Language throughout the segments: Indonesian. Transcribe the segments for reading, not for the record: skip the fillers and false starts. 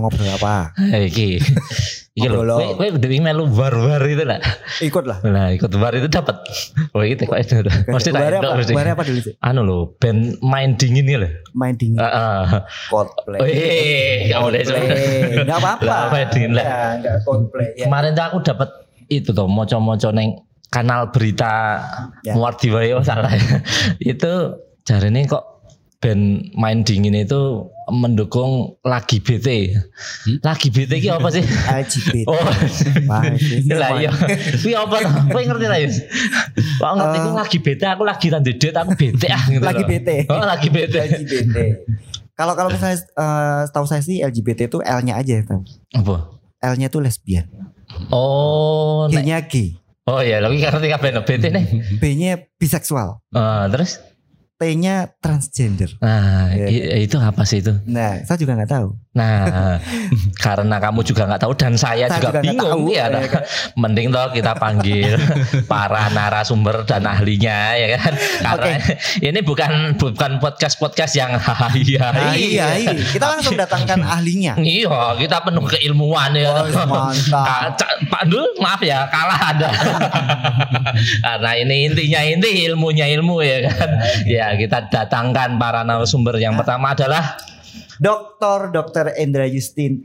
mau ngobrol apa? Iki lho, kowe dewe melu bar-bar itu lah. Ikut lah. Nah, ikut bar itu dapat. Oh, itu kok itu. Mesti tak endok mesti. Bar apa dulu sih? Anu lho, band main dingin iki lho. Main dingin. Heeh. Coldplay. Enggak boleh. Enggak apa-apa. Main dingin lah. Ya, enggak Coldplay. Ya. Kemarin tuh aku dapat itu tuh moco-moco neng kanal berita Muardi wae salah. Itu jarene kok band main dingin itu mendukung lagi BT. Lagi BT ki apa sih? LGBT. Oh. Lah iya. Kuwi apa to? Kowe ngerti ta, Yus? Kok ngerti ku lagi BT, aku lagi tan dedet, aku BT gitu. Lagi BT. Oh, lagi BT. LGBT. Kalau misalnya setahu saya sih LGBT itu L-nya aja tahu. Apa? L-nya tuh lesbian. Oh, G-nya gay. Oh iya, lagi ngerti kabeh no BT nih. B-nya biseksual. Terus T-nya transgender. Nah, itu apa sih itu? Nah, saya juga nggak tahu. Nah, karena kamu juga nggak tahu dan saya juga bingung ya. Nah, mending toh kita panggil para narasumber dan ahlinya ya kan. Karena ini bukan podcast yang iya. Kita langsung datangkan ahlinya. Iya, kita penuh keilmuan ya. Oh, mantap. Pak Dul, maaf ya, kalah Anda. Karena ini inti ilmu ya kan. Ya, kita datangkan para narasumber. Yang pertama adalah Dr. Endra Justin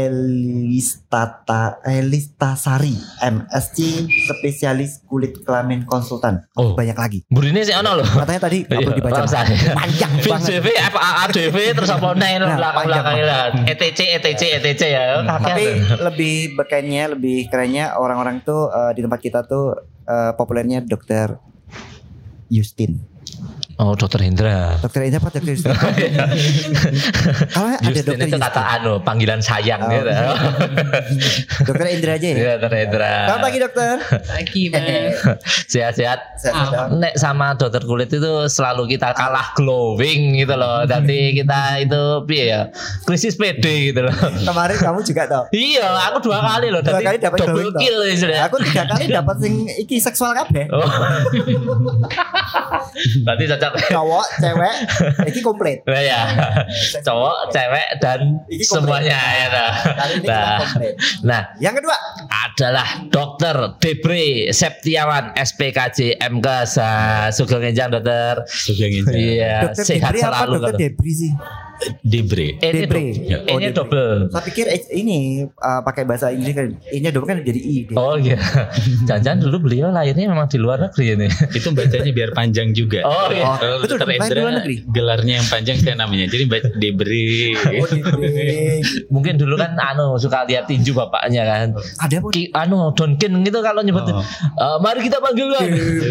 Elistasari, MSc, spesialis kulit kelamin konsultan. Banyak lagi. Burine sih ono loh. Katanya tadi enggak perlu dibaca. Panjang banget. CV, FAADV terus apa nih belakang-belakang ETC ya. Tapi lebih kerennya orang-orang tuh di tempat kita tuh populernya Dr. Justin. Oh, Dokter Hendra. Dokter Hendra apa Dokter Justin? Kalau ada Dokter itu kata panggilan sayang gitu. Dokter Hendra aja ya. Dokter Hendra. Selamat pagi dokter. Pagi Mas. Sehat-sehat. Nek sama dokter kulit itu selalu kita kalah glowing gitu loh. Jadi kita itu piye ya? Krisis PD gitu loh. Kemarin kamu juga tau. Iya, aku 2 kali loh. 2 kali dapat double kill ya. Aku 3 kali dapat sing iki seksual kabeh. Berarti cocok cowok, cewek, ini komplit. Ya, cowok, cewek dan semuanya ya. Nah, yang kedua adalah Dokter Debre Septiawan SPKJ MK Sugeng Enjang dokter. Sugeng Enjang. Iya, sehat selalu. Dokter Debre sih. Debre. Ini double. Saya pikir ini pakai bahasa Inggris kan. Ini double kan jadi I. Oh iya. Jangan-jangan dulu beliau lahirnya memang di luar negeri ini. Itu bacanya biar panjang juga. Oh iya. Betul. Terendra gelarnya yang panjang saya namanya. Jadi baca Debre. Mungkin dulu kan suka lihat tinju bapaknya kan. Ada apa? Donkin gitu kalau nyebut. Mari kita panggil kan.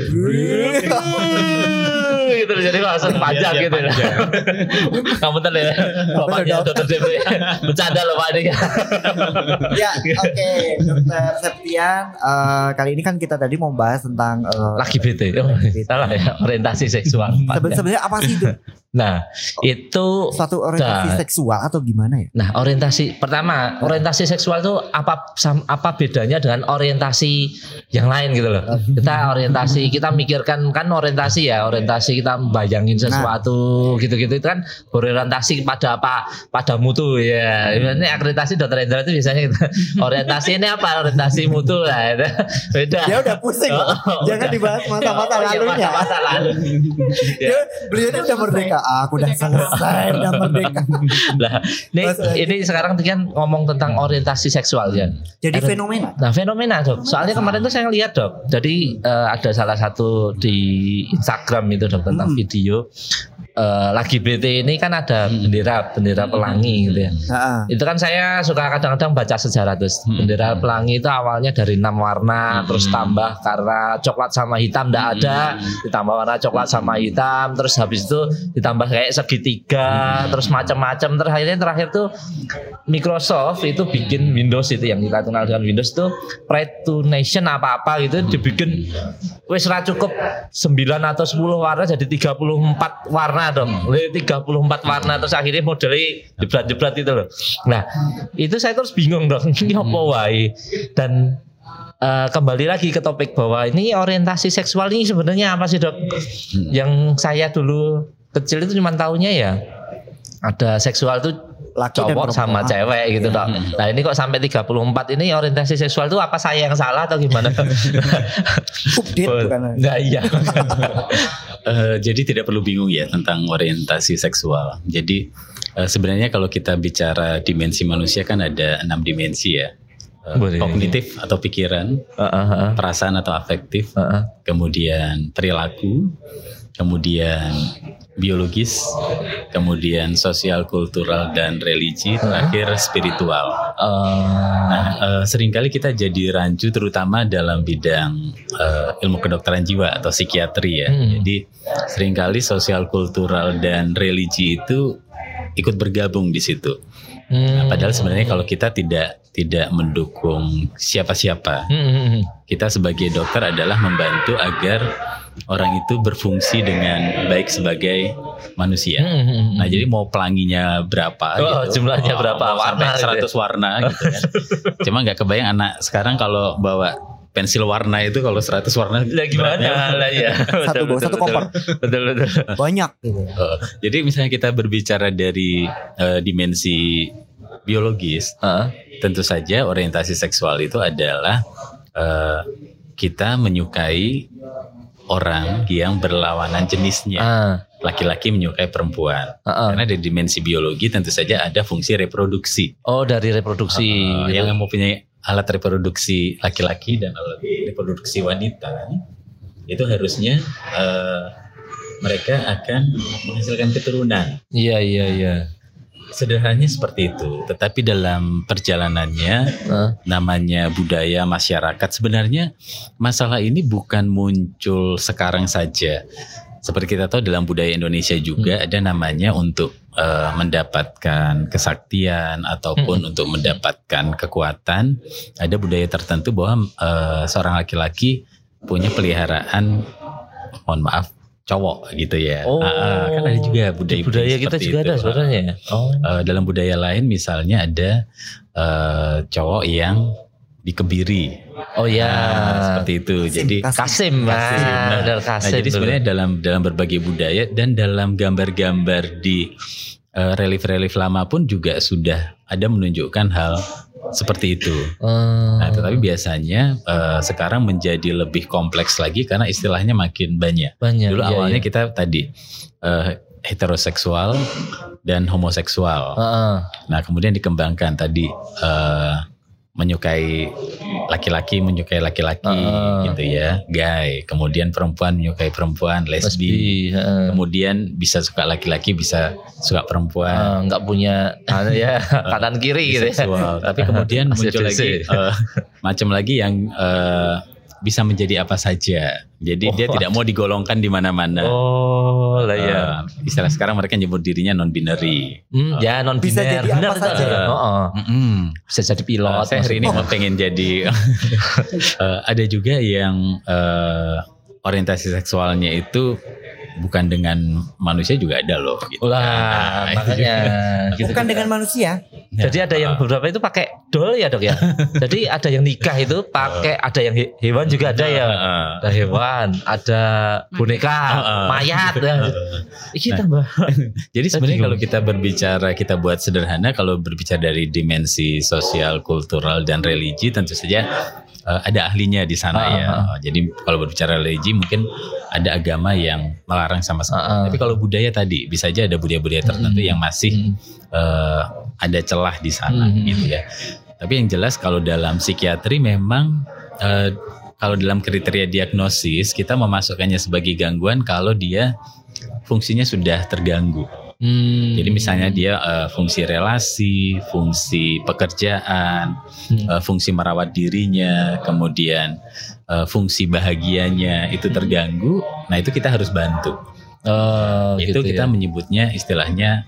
Gitu jadi langsung panjang gitu. Kamu tahu ya, bapaknya Dokter Debre. Bercanda loh Pak ini. Ya, oke, Dokter Septian. Kali ini kan kita tadi mau bahas tentang laki BT. Salah ya, orientasi seksual. Sebenarnya apa sih itu? Nah, itu suatu orientasi seksual atau gimana ya? Nah, orientasi seksual itu apa bedanya dengan orientasi yang lain gitu loh. Kita mikirkan kan orientasi kita bayangin sesuatu gitu-gitu itu kan berorientasi pada apa? Pada mutu ya. Ini akreditasi Dokter Hendra itu biasanya gitu. Orientasi ini apa? Orientasi mutu lah. Beda. Ya udah pusing. Jangan dibahas masa-masa lalunya. Masa lalu. Beliau ini udah merdeka. Aku udah selesai, udah merdeka. Nah, ini sekarang kan ngomong tentang orientasi seksual ya. Jadi fenomena. Nah, fenomena dok. Soalnya kemarin tuh saya lihat dok. Jadi ada salah satu di Instagram itu dok tentang video. Lagi BT ini kan ada bendera pelangi gitu ya. Itu kan saya suka kadang-kadang baca sejarah terus. Bendera pelangi itu awalnya dari 6 warna, terus tambah karena coklat sama hitam enggak ada, ditambah warna coklat sama hitam, terus habis itu ditambah kayak segitiga, terus macam-macam. Terakhir tuh Microsoft itu bikin Windows itu yang kita kenal dengan Windows itu Pride to Nation apa-apa gitu dibikin wis ra cukup 9 atau 10 warna jadi 34 warna dong. 34 warna terus akhirnya modelnya jeblat-jeblat itu loh. Nah, itu saya terus bingung dong. Ini apa wae? Dan kembali lagi ke topik bahwa ini orientasi seksual ini sebenarnya apa sih dok? Yang saya dulu kecil itu cuma taunya ya ada seksual itu laki dan cowok sama perempuan. cewek gitu Iya. toh. Nah ini kok sampai 34 ini orientasi seksual itu apa saya yang salah atau gimana? Update bukan. Nah iya. Jadi tidak perlu bingung ya tentang orientasi seksual. Jadi sebenarnya kalau kita bicara dimensi manusia kan ada 6 dimensi ya. Boleh. Kognitif atau pikiran, perasaan atau afektif, kemudian perilaku, kemudian biologis, kemudian sosial, kultural, dan religi, terakhir spiritual. Nah, seringkali kita jadi rancu terutama dalam bidang ilmu kedokteran jiwa atau psikiatri ya. Jadi seringkali sosial, kultural, dan religi itu ikut bergabung di situ. Nah, padahal sebenarnya kalau kita tidak mendukung siapa-siapa, kita sebagai dokter adalah membantu agar orang itu berfungsi dengan baik sebagai manusia. Nah, jadi mau pelanginya berapa gitu. Jumlahnya berapa mau warna sampai 100 gitu. warna gitu kan. Cuma nggak kebayang anak sekarang kalau bawa pensil warna itu kalau 100 warna Lah gimana lah ya. Satu bawa satu koper. Betul. Banyak gitu. Jadi misalnya kita berbicara dari dimensi biologis, tentu saja orientasi seksual itu adalah kita menyukai orang yang berlawanan jenisnya. Laki-laki menyukai perempuan. Karena dari dimensi biologi tentu saja ada fungsi reproduksi. Oh, dari reproduksi. Yang mempunyai alat reproduksi laki-laki dan alat reproduksi wanita, itu harusnya mereka akan menghasilkan keturunan. Iya. Sederhananya seperti itu. Tetapi dalam perjalanannya, namanya budaya masyarakat, sebenarnya masalah ini bukan muncul sekarang saja. Seperti kita tahu dalam budaya Indonesia juga ada namanya untuk mendapatkan kesaktian ataupun untuk mendapatkan kekuatan. Ada budaya tertentu bahwa seorang laki-laki punya peliharaan, mohon maaf, cowok gitu ya. Kan ada juga budaya kita seperti juga itu. ada sebenarnya. Dalam budaya lain misalnya ada cowok yang dikebiri. Oh ya, seperti itu. Jadi Kasim. Nah, jadi sebenarnya dalam berbagai budaya dan dalam gambar-gambar di relief-relief lama pun juga sudah ada menunjukkan hal seperti itu. Nah, tetapi biasanya sekarang menjadi lebih kompleks lagi karena istilahnya makin banyak. Dulu awalnya kita tadi heteroseksual dan homoseksual. Nah, kemudian dikembangkan tadi menyukai laki-laki gitu ya, gay. Kemudian perempuan menyukai perempuan, lesbi. Kemudian bisa suka laki-laki, bisa suka perempuan. Nggak punya ya kanan kiri gitu ya. Tapi kemudian muncul lagi macam lagi yang bisa menjadi apa saja. Jadi dia tidak mau digolongkan di mana-mana. Oh, lah ya. Istilah sekarang mereka nyebut dirinya non binary. Ya non binary. Bisa jadi apa saja. Bisa jadi pilot. Saya hari ini mau pengen jadi. Ada juga yang orientasi seksualnya itu bukan dengan manusia juga ada loh. Gitu. Makanya. Gitu. Bukan dengan manusia. Jadi ada yang beberapa itu pakai doll ya dok ya. Jadi ada yang nikah itu pakai, ada yang hewan juga ada ya. Ada hewan, ada boneka, mayat. Tambah. Jadi sebenarnya kalau kita berbicara, kita buat sederhana, kalau berbicara dari dimensi sosial, kultural, dan religi, tentu saja ada ahlinya di sana ya. Jadi kalau berbicara religi mungkin ada agama yang melarang sama sekali. Tapi kalau budaya tadi bisa aja ada budaya-budaya tertentu yang masih ada celah di sana gitu ya. Tapi yang jelas kalau dalam psikiatri memang kalau dalam kriteria diagnosis kita memasukkannya sebagai gangguan kalau dia fungsinya sudah terganggu. Jadi misalnya dia fungsi relasi, fungsi pekerjaan, fungsi merawat dirinya, kemudian fungsi bahagianya itu terganggu. Nah itu kita harus bantu. Itu gitu kita menyebutnya istilahnya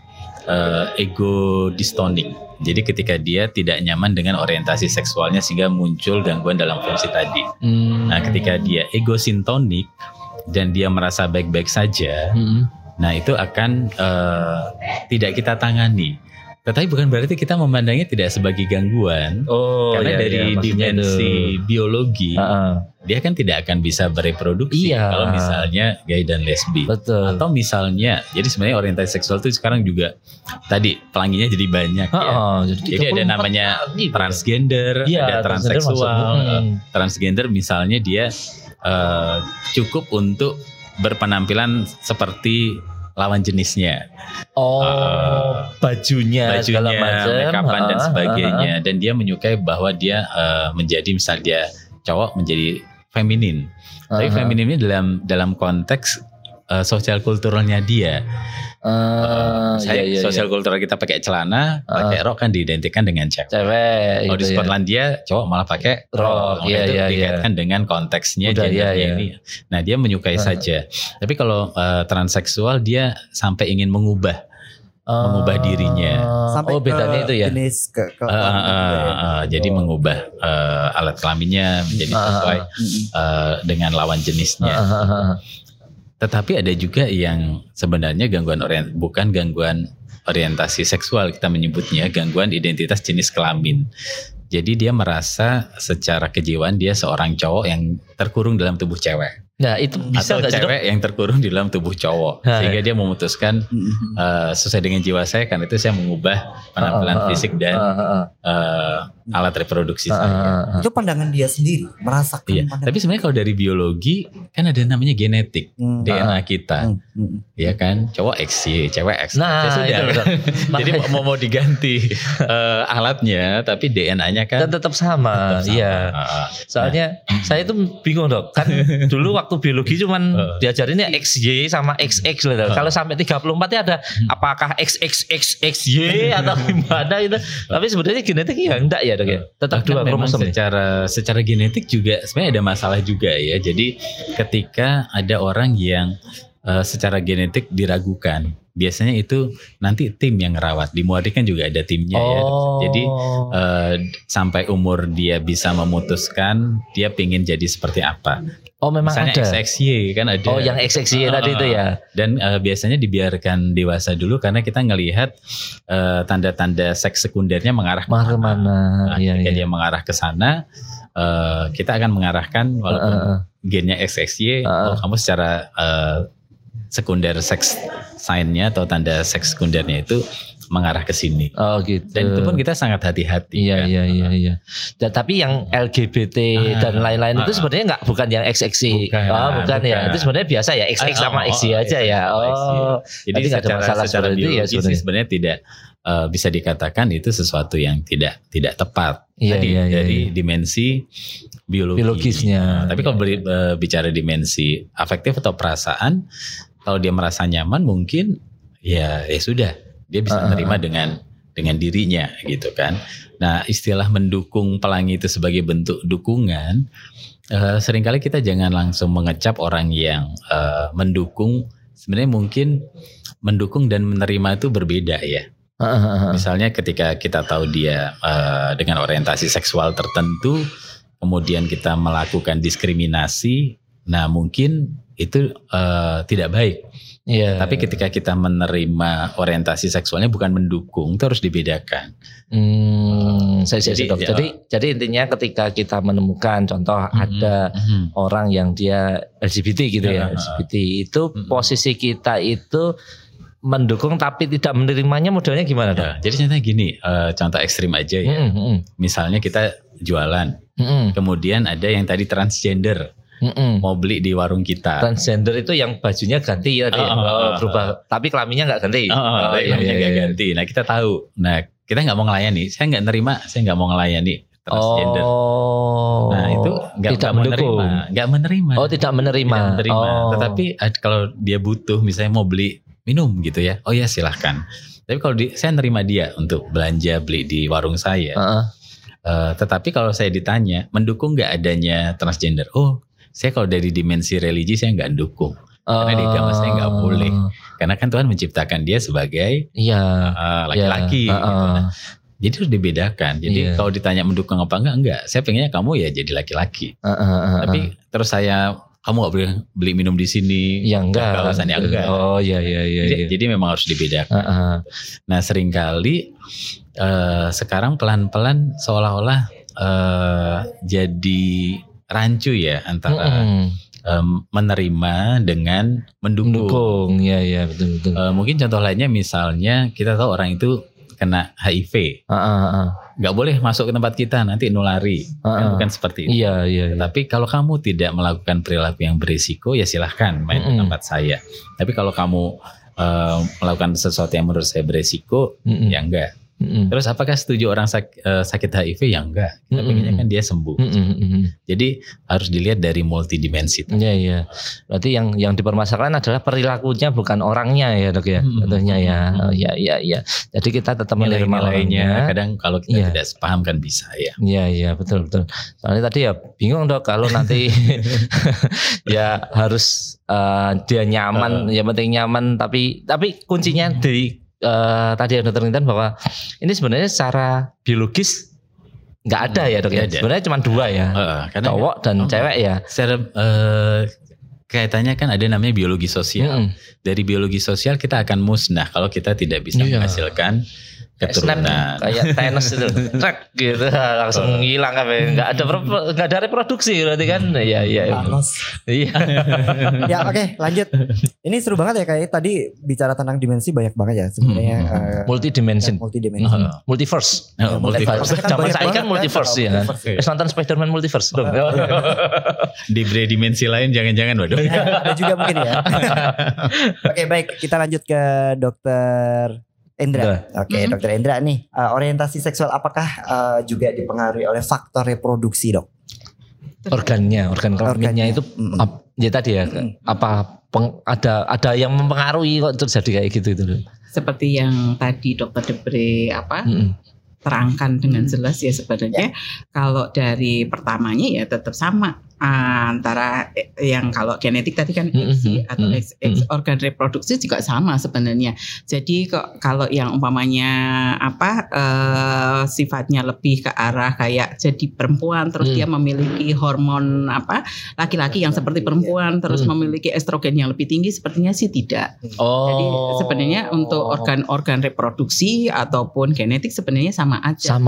ego dystonik. Jadi ketika dia tidak nyaman dengan orientasi seksualnya sehingga muncul gangguan dalam fungsi tadi. Nah ketika dia ego sintonik dan dia merasa baik-baik saja, nah itu akan tidak kita tangani. Tetapi bukan berarti kita memandangnya tidak sebagai gangguan. Karena dari dimensi biologi dia kan tidak akan bisa bereproduksi kalau misalnya gay dan lesbi. Betul. Atau misalnya, jadi sebenarnya orientasi seksual itu sekarang juga tadi pelanginya jadi banyak ya. Jadi ada namanya transgender, ada transseksual. Transgender misalnya dia cukup untuk berpenampilan seperti lawan jenisnya. Bajunya segala macam, make-upan dan sebagainya. Dan dia menyukai bahwa dia menjadi misalnya dia cowok menjadi feminin. Tapi feminin ini dalam konteks sosial kulturalnya dia. Sosial kultural kita pakai celana, pakai rok kan diidentikan dengan cewek. Kalau di Skotlandia cowok malah pakai rok. Itu dikaitkan dengan konteksnya gendernya ini. Nah, dia menyukai saja. Tapi kalau transseksual dia sampai ingin mengubah dirinya. Sampai bedanya itu ya. Jenis jadi mengubah alat kelaminnya menjadi sesuai dengan lawan jenisnya. Tetapi ada juga yang sebenarnya bukan gangguan orientasi seksual, kita menyebutnya gangguan identitas jenis kelamin. Jadi dia merasa secara kejiwaan dia seorang cowok yang terkurung dalam tubuh cewek. Nah itu bisa atau cewek yang terkurung di dalam tubuh cowok, sehingga dia memutuskan sesuai dengan jiwa saya, karena itu saya mengubah penampilan fisik dan alat reproduksi saya. Itu pandangan dia sendiri, merasakan. Tapi sebenarnya kalau dari biologi kan ada namanya genetik, DNA kita, ya kan, cowok XY, cewek X. Nah, sudah. Jadi mau diganti alatnya, tapi DNA-nya kan tetap sama. Iya. Soalnya saya itu bingung dok, kan dulu waktu biologi cuman diajarinnya XY sama XX gitu. Kalau sampai 34 ya ada apakah XXXXY atau gimana itu. Tapi sebenarnya genetik ya enggak ya dok ya. Tetap dua kromosom. Secara genetik juga sebenarnya ada masalah juga ya. Jadi ketika ada orang yang secara genetik diragukan, biasanya itu nanti tim yang ngerawat. Di Muaddi kan juga ada timnya ya. Jadi sampai umur dia bisa memutuskan dia pingin jadi seperti apa. Memang misalnya ada. XXY kan ada. Yang XXY tadi itu ya. Dan biasanya dibiarkan dewasa dulu karena kita ngelihat tanda-tanda seks sekundernya mengarah kemana. Jika dia mengarah ke sana, kita akan mengarahkan walaupun gennya XXY, kamu secara sekunder seks sign-nya atau tanda seks sekundernya itu mengarah ke sini. Gitu. Dan itu pun kita sangat hati-hati. Iya. Tapi yang LGBT dan lain-lain itu sebenarnya bukan yang XXY. Bukan ya. Itu sebenarnya biasa ya, XX sama XY aja ya. Jadi secara biologis sebenarnya tidak bisa dikatakan itu sesuatu yang tidak tepat. Dari dimensi biologisnya. Tapi kalau bicara dimensi afektif atau perasaan, kalau dia merasa nyaman mungkin ya sudah. Dia bisa menerima dengan dirinya gitu kan. Nah, istilah mendukung pelangi itu sebagai bentuk dukungan, seringkali kita jangan langsung mengecap orang yang mendukung. Sebenarnya mungkin mendukung dan menerima itu berbeda ya. Misalnya ketika kita tahu dia dengan orientasi seksual tertentu, kemudian kita melakukan diskriminasi, nah mungkin itu tidak baik. Tapi ketika kita menerima orientasi seksualnya bukan mendukung, itu harus dibedakan. Jadi intinya ketika kita menemukan contoh ada orang yang dia LGBT gitu ya, LGBT itu posisi kita itu mendukung tapi tidak menerimanya, modelnya gimana dok? Jadi contohnya gini, contoh ekstrim aja ya. Misalnya kita jualan, kemudian ada yang tadi transgender. Mau beli di warung kita. Transgender itu yang bajunya ganti ya, berubah, tapi kelaminnya nggak ganti. Kelaminnya nggak ganti. Nah kita tahu. Nah kita nggak mau ngelayani. Saya nggak mau ngelayani transgender. Nah itu nggak menerima. Tidak menerima. Tetapi kalau dia butuh, misalnya mau beli minum gitu ya. Oh ya silahkan. Tapi kalau saya nerima dia untuk belanja beli di warung saya. Tetapi kalau saya ditanya mendukung nggak adanya transgender? Saya kalau dari dimensi religi saya nggak dukung, karena di agama saya nggak boleh, karena kan Tuhan menciptakan dia sebagai laki-laki. Gitu. Nah, jadi harus dibedakan. Jadi kalau ditanya mendukung apa enggak, saya pengennya kamu ya jadi laki-laki. Tapi terus kamu nggak boleh beli minum di sini, ya enggak. Alasannya enggak. Jadi memang harus dibedakan. Nah seringkali sekarang pelan-pelan seolah-olah jadi rancu ya antara menerima dengan mendukung. Ya betul. Mungkin contoh lainnya misalnya kita tahu orang itu kena HIV, nggak boleh masuk ke tempat kita nanti nulari, kan bukan seperti itu. Iya. Tapi kalau kamu tidak melakukan perilaku yang berisiko, ya silahkan main ke tempat saya. Tapi kalau kamu melakukan sesuatu yang menurut saya berisiko, ya enggak. Terus apakah setuju orang sakit HIV? Ya enggak. Kita pengennya kan dia sembuh. Jadi harus dilihat dari multidimensi. Iya. Berarti yang dipermasalahkan adalah perilakunya bukan orangnya ya dok ya. Tentunya ya. Iya. Jadi kita tetap menerima nilai-nilainya. Kadang kalau kita tidak sepaham kan bisa ya. Iya betul. Soalnya tadi ya bingung dok kalau nanti ya harus dia nyaman, ya penting nyaman. Tapi kuncinya di tadi ada dokter Intan bahwa ini sebenarnya secara biologis nggak ada ya dok ya. Sebenarnya cuma dua ya, cowok dan cewek ya. Secara kaitannya kan ada namanya biologi sosial. Dari biologi sosial kita akan musnah kalau kita tidak bisa menghasilkan keturunan. Kayak tenis itu, trek gitu langsung hilang nggak ada reproduksi berarti kan? Iya. Iya. Ya oke, lanjut. Ini seru banget ya, kayak tadi bicara tentang dimensi banyak banget ya sebenarnya. Multidimension. Multiverse. Zaman saya kan multiverse ya kan. Nonton Spider-Man Multiverse dong. Di dimensi lain jangan-jangan waduh. Ada juga mungkin ya. Oke, baik, kita lanjut ke Dokter Endra. Oke, Dokter Endra nih, orientasi seksual apakah juga dipengaruhi oleh faktor reproduksi, dok? Organ kelaminnya itu ya tadi ya, ada yang mempengaruhi kok terjadi kayak gitu itu. Seperti yang tadi Dokter Debre terangkan dengan jelas ya sebenarnya. Kalau dari pertamanya ya tetap sama antara yang kalau genetik tadi kan X atau X organ reproduksi juga sama sebenarnya. Jadi kalau yang umpamanya sifatnya lebih ke arah kayak jadi perempuan terus dia memiliki hormon laki-laki yang seperti perempuan terus memiliki estrogen yang lebih tinggi, sepertinya sih tidak. Jadi sebenarnya untuk organ-organ reproduksi ataupun genetik sebenarnya sama aja.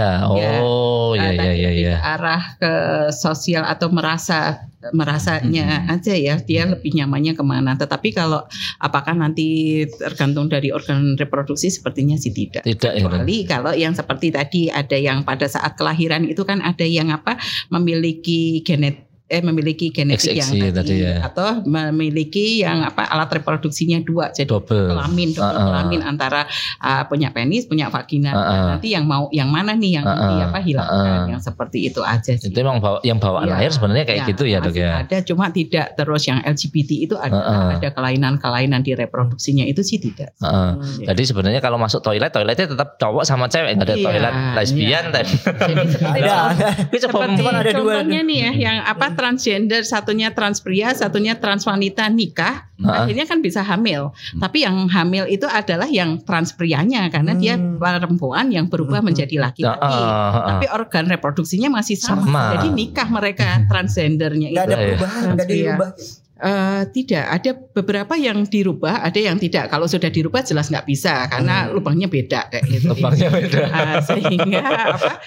Iya. Arah ke sosial atau merasanya aja ya, dia lebih nyamannya kemana. Tetapi kalau apakah nanti tergantung dari organ reproduksi, sepertinya sih tidak. Kecuali kalau yang seperti tadi ada yang pada saat kelahiran itu kan ada yang memiliki memiliki genetik yang tadi atau memiliki yang alat reproduksinya dua, jadi double kelamin antara punya penis punya vagina. Nanti yang mau yang mana nih yang hilangkan, yang seperti itu aja sih. Itu memang yang bawaan lahir sebenarnya kayak gitu ya dok ya. Ada, cuma tidak terus yang LGBT itu ada kelainan-kelainan di reproduksinya itu sih tidak. Jadi sebenarnya kalau masuk toiletnya tetap cowok sama cewek, ada toilet lesbian dan seperti contohnya nih ya yang transgender, satunya trans pria, satunya trans wanita nikah, akhirnya kan bisa hamil. Tapi yang hamil itu adalah yang trans prianya karena dia perempuan yang berubah menjadi laki-laki. Tapi organ reproduksinya masih sama. Jadi nikah mereka transgendernya itu. Gak ada perubahan, gak dirubah. Tidak, ada beberapa yang dirubah, ada yang tidak. Kalau sudah dirubah jelas nggak bisa karena lubangnya beda kayak gitu. Sehingga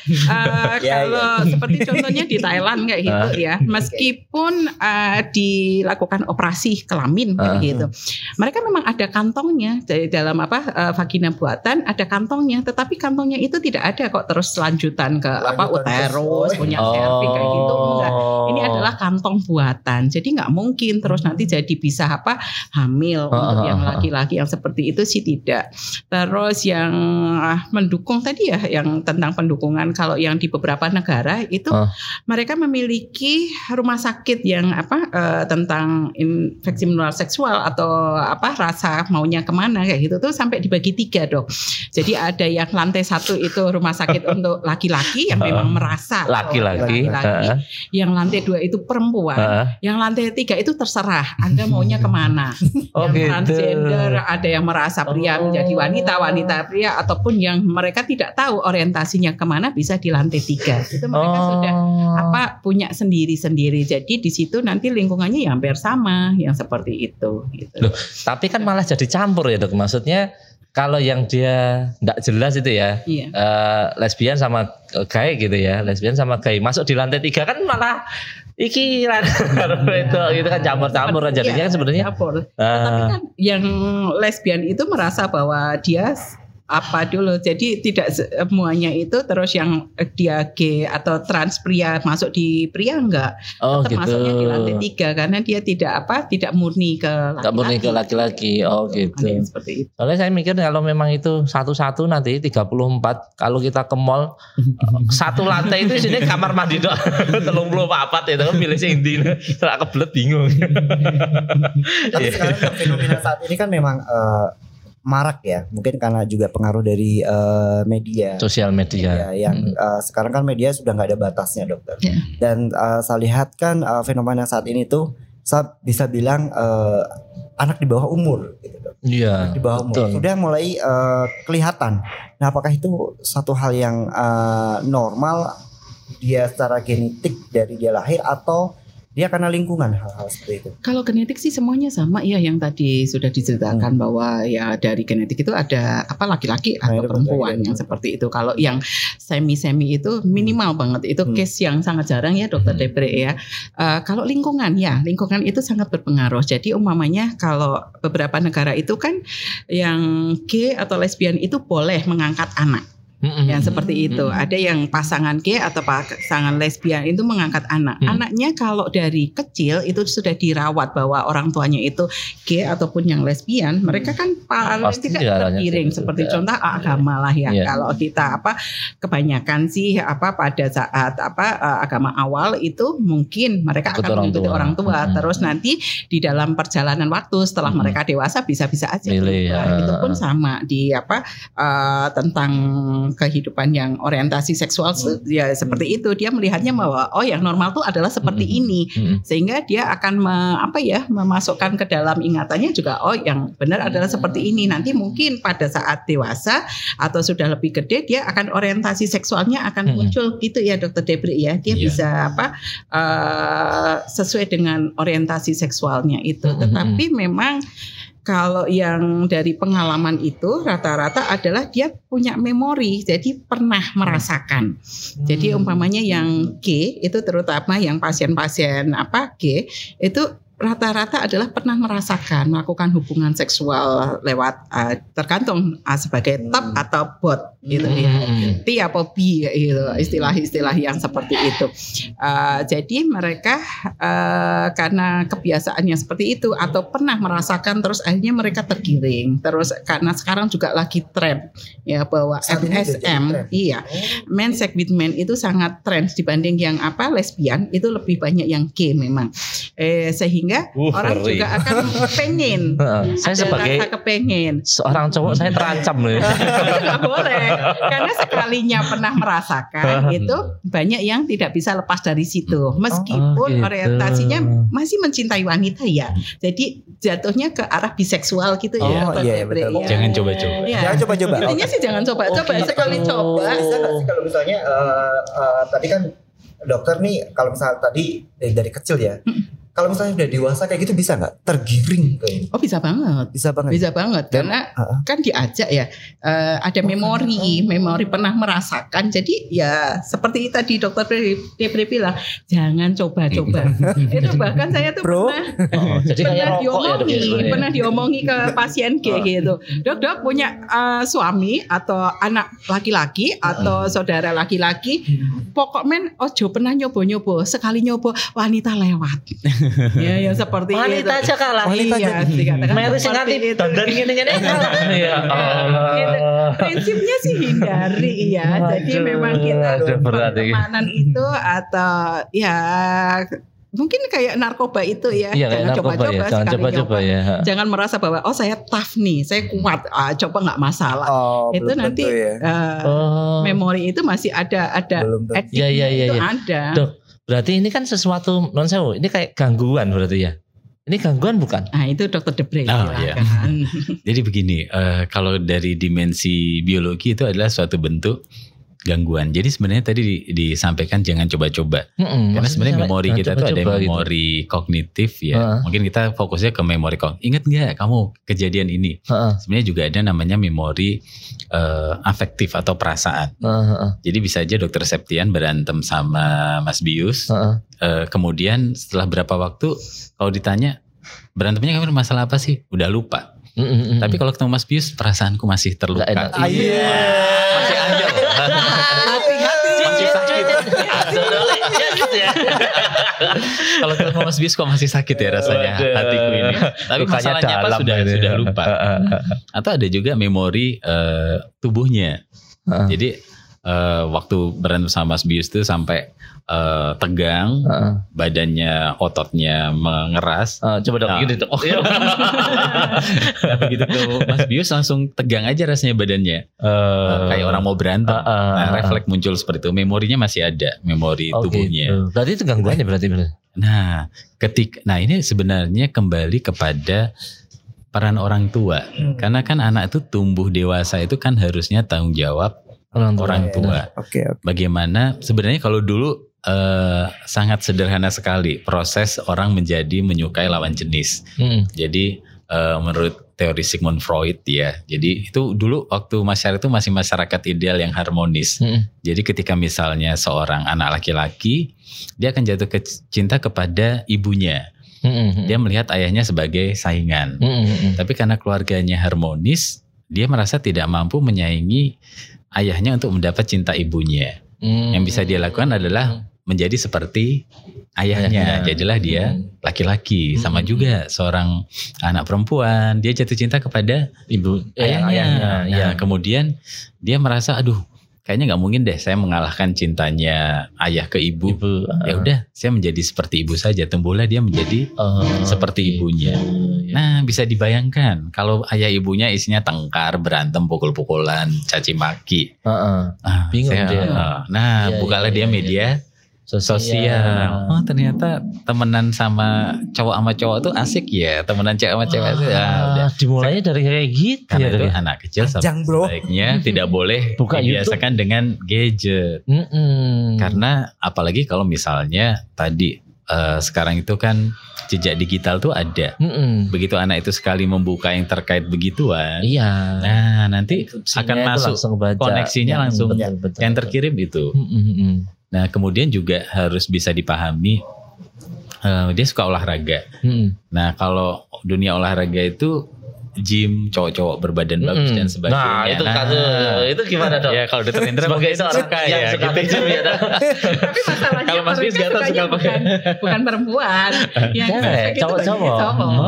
kalau seperti contohnya di Thailand kayak gitu ya, meskipun dilakukan operasi kelamin kayak gitu, mereka memang ada kantongnya dari dalam vagina buatan, ada kantongnya, tetapi kantongnya itu tidak ada kok terus lanjutan ke uterus, punya cervix kayak gitu, enggak. Ini adalah kantong buatan, jadi nggak mungkin terus nanti jadi bisa hamil untuk yang laki-laki yang seperti itu sih tidak. Terus yang mendukung tadi ya, yang tentang pendukungan, kalau yang di beberapa negara itu mereka memiliki rumah sakit yang tentang infeksi menular seksual atau rasa maunya kemana kayak gitu tuh sampai dibagi 3 dok. Jadi ada yang lantai 1 itu rumah sakit untuk laki-laki yang memang merasa laki-laki. Yang lantai 2 itu perempuan. Yang lantai 3 itu terserah Anda maunya kemana. Yang transgender, ada yang merasa pria menjadi wanita pria, ataupun yang mereka tidak tahu orientasinya kemana, bisa di lantai 3. Itu mereka sudah punya sendiri-sendiri. Jadi di situ nanti lingkungannya yang hampir sama, yang seperti itu. Gitu. Loh, tapi kan malah jadi campur ya dok. Maksudnya kalau yang dia enggak jelas itu ya, Iya. lesbian sama gay gitu ya, lesbian sama gay masuk di lantai 3 kan malah iki itu kan campur-campur jadinya kan sebenarnya. Tapi kan yang lesbian itu merasa bahwa dia apa dulu, jadi tidak semuanya itu terus yang dia gay atau trans pria masuk di pria enggak, tetap gitu. masuknya di lantai 3 karena dia tidak murni ke laki-laki. Enggak murni ke laki-laki. Gitu. Ada yang seperti itu. Soalnya saya mikir kalau memang itu satu-satu nanti 34, kalau kita ke mall satu lantai itu sini kamar mandi dok 34 itu kan milih sing ndi setelah kebelet bingung. Tapi sekarang fenomena saat ini kan memang marak ya, mungkin karena juga pengaruh dari media, sosial media yang sekarang kan media sudah nggak ada batasnya dokter. Dan saya lihat kan fenomena saat ini tuh saya bisa bilang anak di bawah umur gitu dok. Iya, di bawah umur sudah mulai kelihatan. Nah, apakah itu satu hal yang normal dia secara genetik dari dia lahir atau dia karena lingkungan, hal-hal seperti itu? Kalau genetik sih semuanya sama ya, yang tadi sudah diceritakan bahwa ya dari genetik itu ada apa laki-laki atau perempuan yang seperti itu. Kalau yang semi-semi itu minimal banget, itu case yang sangat jarang ya dokter Debre ya. Kalau lingkungan itu sangat berpengaruh. Jadi umpamanya kalau beberapa negara itu kan yang gay atau lesbian itu boleh mengangkat anak. Yang seperti itu. Ada yang pasangan gay atau pasangan lesbian itu mengangkat anak. Anaknya kalau dari kecil itu sudah dirawat bahwa orang tuanya itu gay ataupun yang lesbian, mereka kan paling tidak tergiring seperti contoh agama lah ya. Kalau kita kebanyakan sih pada saat agama awal itu mungkin mereka akan mengikuti orang tua. Terus nanti di dalam perjalanan waktu setelah mereka dewasa bisa-bisa aja itu pun sama di tentang kehidupan yang orientasi seksual ya seperti itu, dia melihatnya bahwa yang normal tuh adalah seperti ini, sehingga dia akan memasukkan ke dalam ingatannya juga yang benar adalah seperti ini. Nanti mungkin pada saat dewasa atau sudah lebih gede dia akan orientasi seksualnya akan muncul gitu ya dokter Debre ya, dia bisa sesuai dengan orientasi seksualnya itu. Tetapi memang kalau yang dari pengalaman itu rata-rata adalah dia punya memori, jadi pernah merasakan. Jadi umpamanya yang gay itu terutama yang pasien-pasien gay itu rata-rata adalah pernah melakukan hubungan seksual lewat tergantung sebagai top atau bot gitu ya, T atau B gitu, istilah-istilah yang seperti itu. Jadi mereka karena kebiasaannya seperti itu atau pernah merasakan terus akhirnya mereka tergiring. Terus karena sekarang juga lagi tren ya bahwa MSM, men sex with men itu sangat tren dibanding yang lesbian, itu lebih banyak yang gay memang. Sehingga orang juga akan pengen. Saya sebagai seorang cowok saya terancam loh. Nggak boleh, karena sekalinya pernah merasakan itu banyak yang tidak bisa lepas dari situ. Meskipun orientasinya masih mencintai wanita ya. Jadi jatuhnya ke arah biseksual gitu ya. Betul. Jangan coba-coba. Jangan coba-coba. Intinya sih jangan coba-coba, sekali coba. Bisa nggak sih kalau misalnya tadi kan dokter nih kalau misalnya tadi dari kecil ya. Kalau misalnya udah dewasa kayak gitu bisa nggak tergiring kayak? Oh bisa banget. Bisa banget karena kan diajak ya ada memori pernah merasakan. Jadi ya seperti tadi dokter Debre bilang jangan coba-coba. Itu bahkan saya tuh pernah diomongi ke pasien kayak gitu. Dok punya suami atau anak laki-laki atau saudara laki-laki, pokoknya ojo pernah nyobo-nyobo, sekali nyobo wanita lewat. Ya seperti wanita itu. Aja kalah. Wanita aja dikatakan Mary sing ati dandan ngene-ngene kalah. Ya Allah. Prinsipnya sih hindari ya. Jadi memang kita pertemanan itu atau ya mungkin kayak narkoba itu ya. Jangan coba-coba Jangan merasa bahwa saya tough nih, saya kuat, coba nggak masalah. Itu nanti memori itu masih ada itu ada. Dok, berarti ini kan sesuatu non sewu, ini kayak gangguan berarti ya? Ini gangguan bukan? Nah itu dokter Debre. Jadi begini, kalau dari dimensi biologi itu adalah suatu bentuk gangguan. Jadi sebenarnya tadi disampaikan jangan coba-coba. Karena sebenarnya memori kita tuh ada memori kognitif ya. Mungkin kita fokusnya ke memori kognitif. Ingat nggak kamu kejadian ini? Sebenarnya juga ada namanya memori afektif atau perasaan. Jadi bisa aja Dokter Septian berantem sama Mas Bius. Kemudian setelah berapa waktu kalau ditanya berantemnya kamu masalah apa sih? Udah lupa. Tapi kalau ketemu Mas Bius perasaanku masih terluka. Masih anjir. Hati-hati. Masih sakit. Kalau ketemu Mas Bius kok masih sakit ya rasanya hatiku ini. Tapi masalahnya apa sudah lupa. Atau ada juga memori tubuhnya. Jadi waktu berantem sama Mas Bius itu sampai tegang, badannya ototnya mengeras. Coba dong gitu. Tapi gitu tuh Mas Bius langsung tegang aja rasanya badannya, kayak orang mau berantem. Nah refleks muncul seperti itu. Memorinya masih ada, memori tubuhnya. Gitu. Berarti itu gangguannya berarti. Nah ini sebenarnya kembali kepada peran orang tua. Karena kan anak itu tumbuh dewasa itu kan harusnya tanggung jawab orang tua. Bagaimana sebenarnya kalau dulu sangat sederhana sekali proses orang menjadi menyukai lawan jenis. Jadi menurut teori Sigmund Freud ya. Jadi itu dulu waktu masyarakat itu masih masyarakat ideal yang harmonis. Jadi ketika misalnya seorang anak laki-laki dia akan jatuh cinta kepada ibunya. Dia melihat ayahnya sebagai saingan. Tapi karena keluarganya harmonis, dia merasa tidak mampu menyaingi ayahnya untuk mendapat cinta ibunya. Yang bisa dia lakukan adalah menjadi seperti ayahnya. Jadilah dia laki-laki. Sama juga seorang anak perempuan, dia jatuh cinta kepada ayahnya. Nah, kemudian dia merasa aduh kayaknya nggak mungkin deh saya mengalahkan cintanya ayah ke ibu. Ya udah saya menjadi seperti ibu saja. Tumbuhlah dia menjadi seperti ibunya. Nah bisa dibayangkan kalau ayah ibunya isinya tengkar, berantem, pukul-pukulan, caci maki. Bingung dia. Bukalah dia media sosial. Oh ternyata temenan sama cowok tuh asik ya. Temenan cewek sama cewek itu dimulainya dari kayak gitu. Karena itu anak kecil sebaiknya tidak boleh dibiasakan dengan gadget. Karena apalagi kalau misalnya tadi sekarang itu kan jejak digital tuh ada. Begitu anak itu sekali membuka yang terkait begituan, nah nanti akan masuk koneksinya langsung yang terkirim itu. Nah kemudian juga harus bisa dipahami dia suka olahraga. Nah kalau dunia olahraga itu gym, cowok-cowok berbadan bagus dan sebagainya. Itu gimana dok? Ya kalau Dokter Indra sebagai seorang yang suka gym ya. Tapi masalahnya kalau Mas Bius Gatot suka bukan perempuan, yang cowok-cowok.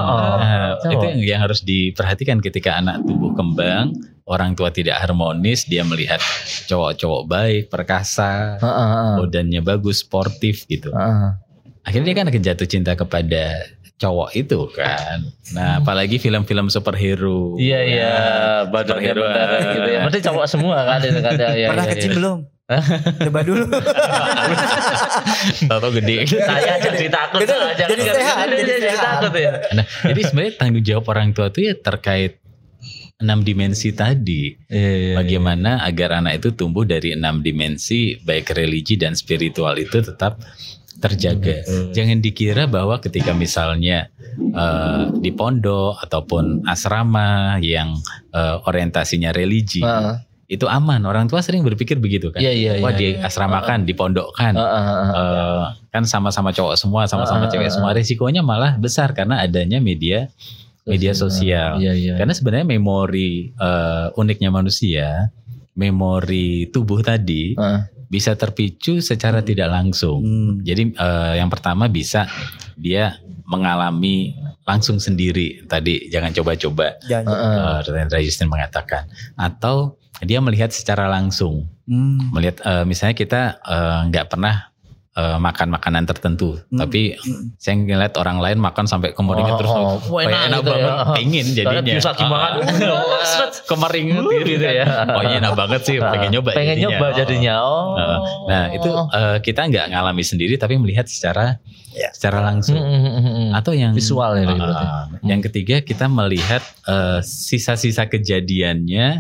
Itu yang harus diperhatikan ketika anak tumbuh kembang. Orang tua tidak harmonis, dia melihat cowok-cowok baik, perkasa, badannya bagus, sportif gitu. Akhirnya dia kan akan jatuh cinta kepada cowok itu kan. Nah, apalagi film-film superhero. Iya, superhero gitu ya. Berarti cowok semua kan itu kan. Pernah kecil belum? Coba dulu. Tahu gede. Saya jadi takut. Jadi sehat. Jadi takut ya. Nah, jadi sebenarnya tanggung jawab orang tua itu ya terkait 6 dimensi tadi. Bagaimana agar anak itu tumbuh dari 6 dimensi baik religi dan spiritual itu tetap terjaga. Jangan dikira bahwa ketika misalnya di pondok ataupun asrama yang orientasinya religi itu aman. Orang tua sering berpikir begitu kan. Wah diasramakan, dipondokkan, kan sama-sama cowok semua, sama-sama cewek semua. Risikonya malah besar karena adanya media sosial. Karena sebenarnya memori uniknya manusia, memori tubuh tadi bisa terpicu secara tidak langsung. Jadi yang pertama bisa dia mengalami langsung sendiri. Tadi jangan coba-coba. Dr. Justin mengatakan. Atau dia melihat secara langsung. Melihat misalnya kita nggak pernah makan makanan tertentu, tapi saya ngeliat orang lain makan sampai kemeringat terus, enak gitu banget, pengen jadinya. Bisa gimana? Kemeringat gitu ya. Enak banget sih, pengen nyoba jadinya. Nah itu kita nggak ngalami sendiri, tapi melihat secara langsung. Atau yang visual ya. Yang ketiga kita melihat sisa-sisa kejadiannya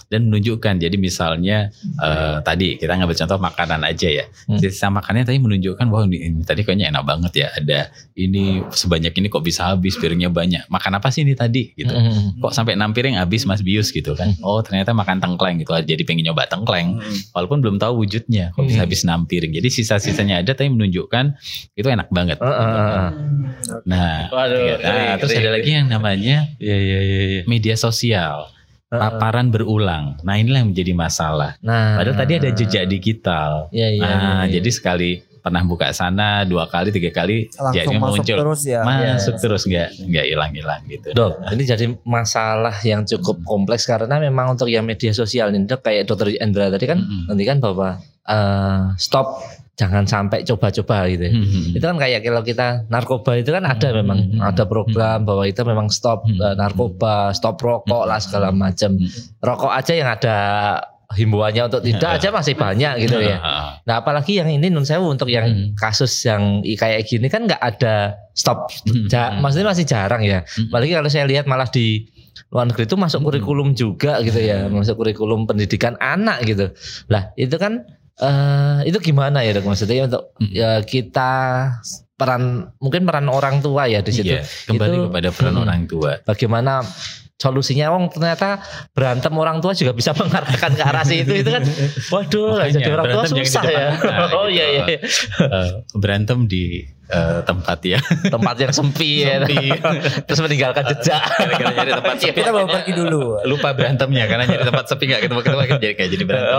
dan menunjukkan. Jadi misalnya tadi kita ngambil contoh makanan aja ya. Sisa makanannya tadi menunjukkan wah ini tadi kayaknya enak banget ya. Ada ini sebanyak ini kok bisa habis, piringnya banyak. Makan apa sih ini tadi gitu. Kok sampai 6 piring habis Mas Bius gitu kan. Oh ternyata makan tengkleng gitu. Jadi pengen nyoba tengkleng. Walaupun belum tahu wujudnya kok bisa habis 6 piring. Jadi sisa-sisanya ada tapi menunjukkan itu enak banget. Nah, terus ada lagi yang namanya media sosial. Paparan berulang. Nah inilah yang menjadi masalah. Padahal tadi ada jejak digital. Jadi sekali pernah buka sana 2 kali 3 kali langsung masuk muncul terus ya. Masuk terus nggak hilang-hilang gitu. Dok, ini jadi masalah yang cukup kompleks karena memang untuk yang media sosial ini Dok, kayak Dokter Endra tadi kan nanti kan bahwa stop, jangan sampai coba-coba gitu. Itu kan kayak kalau kita narkoba itu kan ada memang ada program bahwa itu memang stop narkoba, stop rokok lah segala macam. Rokok aja yang ada himbauannya untuk tidak aja masih banyak gitu ya. Nah apalagi yang ini nun sewu untuk yang kasus yang kayak gini kan nggak ada stop, maksudnya masih jarang ya. Apalagi kalau saya lihat malah di luar negeri itu masuk kurikulum juga gitu ya, masuk kurikulum pendidikan anak gitu. Lah itu kan itu gimana ya Dok, maksudnya untuk kita mungkin peran orang tua ya di situ. Kembali itu, kepada peran orang tua. Bagaimana solusinya? Ternyata berantem orang tua juga bisa mengarahkan ke arah situ. Itu kan waduh, jadi orang tua susah ya. Oh iya. Berantem di tempat ya, tempat yang sempit ya. Terus meninggalkan jejak. Gara-gara nyari tempat sepi. Kita mau pergi dulu. Lupa berantemnya karena nyari tempat sepi nggak ketemu jadi berantem.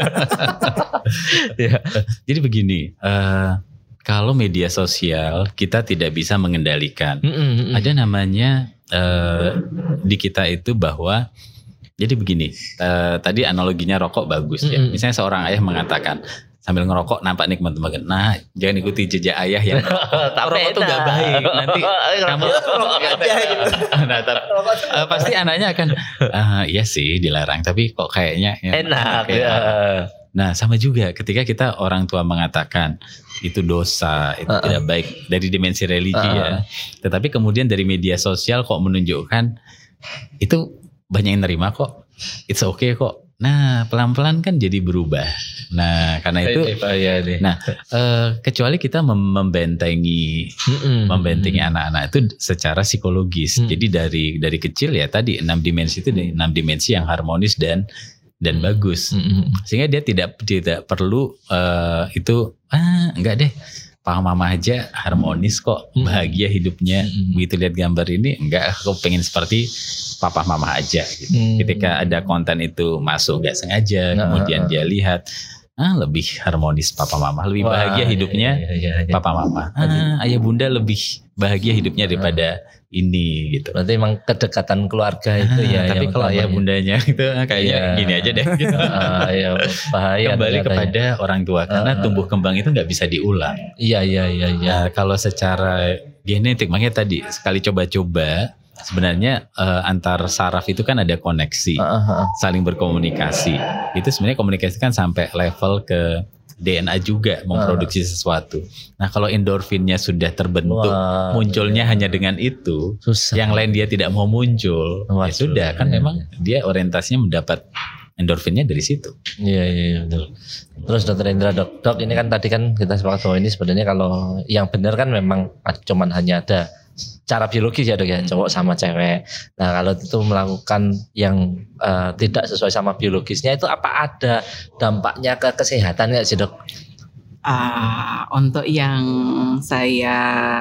Jadi begini. Kalau media sosial kita tidak bisa mengendalikan. Ada namanya di kita itu bahwa jadi begini. Tadi analoginya rokok bagus ya. Misalnya seorang ayah mengatakan sambil ngerokok nampak nikmat banget. Nah, jangan ikuti jejak ayah yang rokok tuh gak baik. Nanti kamu pasti anaknya akan iya sih dilarang, tapi kok kayaknya enak. Nah, sama juga ketika kita orang tua mengatakan itu dosa, itu tidak baik dari dimensi religi ya. Tetapi kemudian dari media sosial kok menunjukkan itu banyak yang nerima kok. It's okay kok. Nah, pelan-pelan kan jadi berubah. Nah, karena itu kecuali kita membentengi anak-anak itu secara psikologis. Jadi dari kecil ya tadi 6 dimensi itu 6 dimensi yang harmonis dan bagus. Sehingga dia tidak perlu itu enggak deh. Papa mama aja harmonis kok, bahagia hidupnya. Begitu lihat gambar ini, enggak, aku pengen seperti papa mama aja gitu. Ketika ada konten itu masuk gak sengaja, kemudian dia lihat lebih harmonis papa mama, lebih bahagia hidupnya papa mama. Ayah bunda lebih bahagia hidupnya daripada ini gitu. Berarti emang kedekatan keluarga itu ya. Tapi kalau ayah bundanya itu kayak gini aja deh gitu. Bahaya. Kembali kepada orang tua karena tumbuh kembang itu nggak bisa diulang. Iya. Kalau secara genetik makanya tadi sekali coba-coba sebenarnya antar saraf itu kan ada koneksi, saling berkomunikasi. Itu sebenarnya komunikasi kan sampai level ke DNA juga memproduksi sesuatu. Nah kalau endorfinnya sudah terbentuk, munculnya hanya dengan itu, susah. Yang lain dia tidak mau muncul, ya sudah kan memang dia orientasinya mendapat endorfinnya dari situ. Iya betul. Terus Dokter Endra, dok ini kan tadi kan kita sepakat bahwa ini sebenarnya kalau yang benar kan memang cuman hanya ada cara biologis ya Dok ya, cowok sama cewek. Nah kalau itu melakukan yang tidak sesuai sama biologisnya itu apa ada dampaknya ke kesehatan nggak sih Dok? Untuk yang saya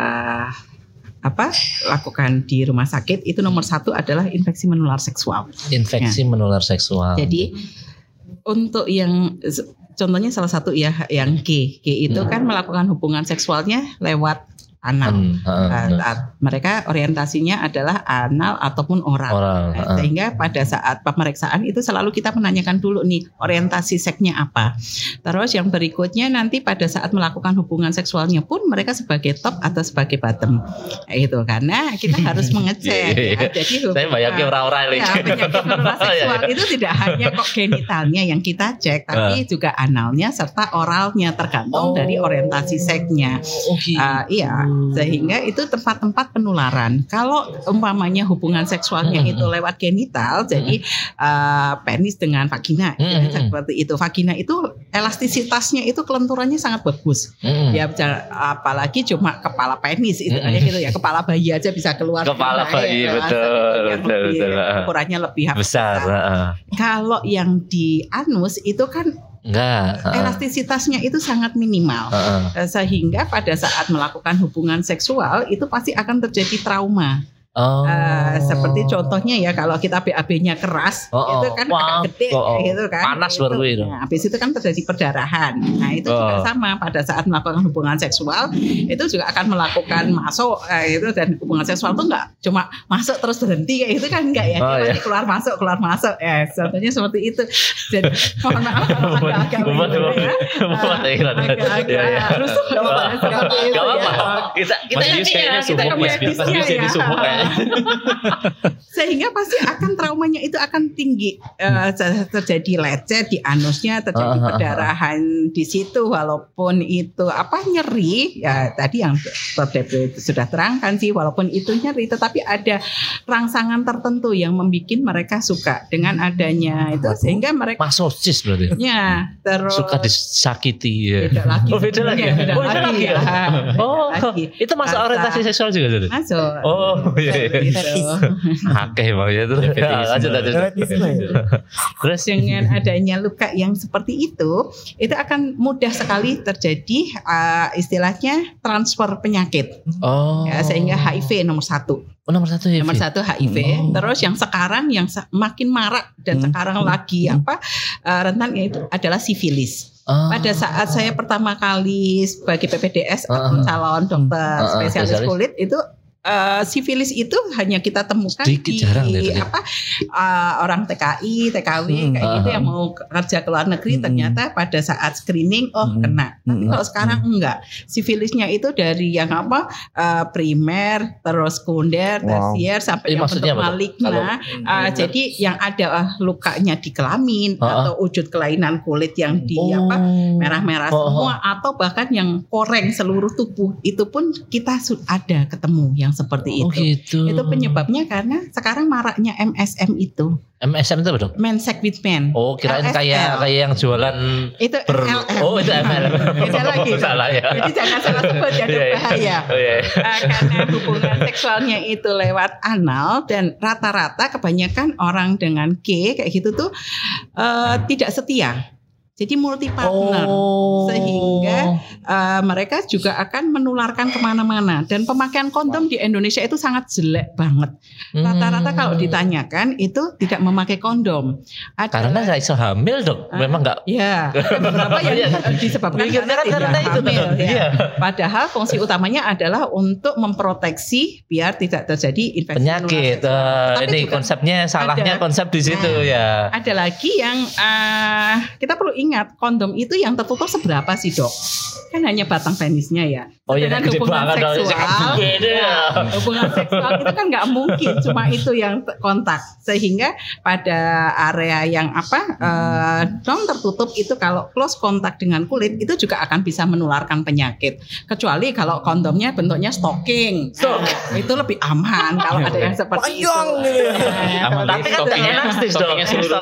lakukan di rumah sakit itu nomor 1 adalah infeksi menular seksual. Infeksi menular seksual. Jadi untuk yang contohnya salah satu ya yang G itu kan melakukan hubungan seksualnya lewat anal. Mereka orientasinya adalah anal ataupun oral. Sehingga pada saat pemeriksaan itu selalu kita menanyakan dulu nih orientasi seksnya apa. Terus yang berikutnya nanti pada saat melakukan hubungan seksualnya pun mereka sebagai top atau sebagai bottom. Itu karena kita harus mengecek. Jadi saya bayangin orang-orang penyakit menular seksual itu tidak hanya kok genitalnya yang kita cek, tapi juga analnya serta oralnya tergantung dari orientasi seksnya. Iya. Sehingga itu tempat-tempat penularan. Kalau umpamanya hubungan seksualnya itu lewat genital, jadi penis dengan vagina, seperti itu. Vagina itu elastisitasnya itu kelenturannya sangat bagus. Ya apalagi cuma kepala penis itu aja gitu ya, kepala bayi aja bisa keluar. Kepala bayi betul. Ukurannya lebih besar. Kalau yang di anus itu kan enggak, elastisitasnya itu sangat minimal, sehingga pada saat melakukan hubungan seksual itu pasti akan terjadi trauma. Seperti contohnya ya, kalau kita BAB-nya keras, itu kan agak gede, gitu kan. Panas baru itu. Nah, habis itu kan terjadi perdarahan. Nah itu juga sama pada saat melakukan hubungan seksual, itu juga akan melakukan masuk, itu, dan hubungan seksual itu nggak cuma masuk terus berhenti kayak itu kan enggak ya, dia keluar masuk, contohnya seperti itu. Jadi mohon maaf kalau agak rusuh seperti itu ya. Kita sehingga pasti akan traumanya itu akan tinggi, terjadi lecet di anusnya, terjadi perdarahan di situ, walaupun itu nyeri ya, tadi yang itu sudah terangkan sih, walaupun itu nyeri tetapi ada rangsangan tertentu yang membuat mereka suka dengan adanya itu, sehingga mereka masochis berarti ya, terus suka disakiti ya. Beda lagi. Itu masuk orientasi seksual juga jadi? Masuk. Oke, ya terus terus dengan adanya luka yang seperti itu akan mudah sekali terjadi istilahnya transfer penyakit. Sehingga HIV nomor satu. Nomor satu HIV. Terus yang sekarang yang makin marak dan sekarang lagi rentan itu adalah sifilis. Pada saat saya pertama kali sebagai PPDS atau calon dokter spesialis kulit itu, sifilis itu hanya kita temukan orang TKI, TKW kayak gitu yang mau kerja ke luar negeri, ternyata pada saat screening kena. Tapi kalau sekarang enggak. Sifilisnya itu dari yang primer, terus sekunder, tersier, sampai yang bentuk maligna. Jadi yang ada lukanya di kelamin atau wujud kelainan kulit yang di merah-merah semua, atau bahkan yang koreng seluruh tubuh, itu pun kita ada ketemu yang seperti itu. Gitu. Itu penyebabnya karena sekarang maraknya MSM itu. MSM itu apa dong? Men sex with men. Kirain kayak yang jualan itu MLM. Itu MLM. Beda lagi. Salah ya. Jadi jangan salah sebut ya, bahaya. Karena hubungan seksualnya itu lewat anal, dan rata-rata kebanyakan orang dengan G kayak gitu tuh tidak setia. Jadi multi partner, sehingga mereka juga akan menularkan kemana-mana. Dan pemakaian kondom di Indonesia itu sangat jelek banget. Rata-rata kalau ditanyakan itu tidak memakai kondom. Karena saya iso hamil dok, memang enggak. Ya, beberapa yang disebabkan karena itu hamil. Ya. Padahal fungsi utamanya adalah untuk memproteksi biar tidak terjadi infeksi penyakit. Ini konsepnya salahnya konsep di situ ya. Ada lagi yang kita perlu ingat, kondom itu yang tertutup seberapa sih dok? Kan hanya batang penisnya ya. Dengan hubungan seksual, hubungan seksual itu kan nggak mungkin cuma itu yang kontak, sehingga pada area yang non tertutup itu kalau close kontak dengan kulit itu juga akan bisa menularkan penyakit. Kecuali kalau kondomnya bentuknya stocking, itu lebih aman kalau ada yang seperti itu. Tapi kan nggak elastis dong.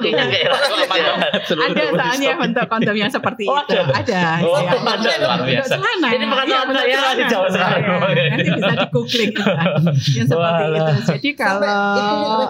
Ada soalnya bentuk kondom yang seperti itu. Ada. Ini bukan ya di Jawa sekarang. Nanti bisa di googling yang seperti itu. Jadi kalau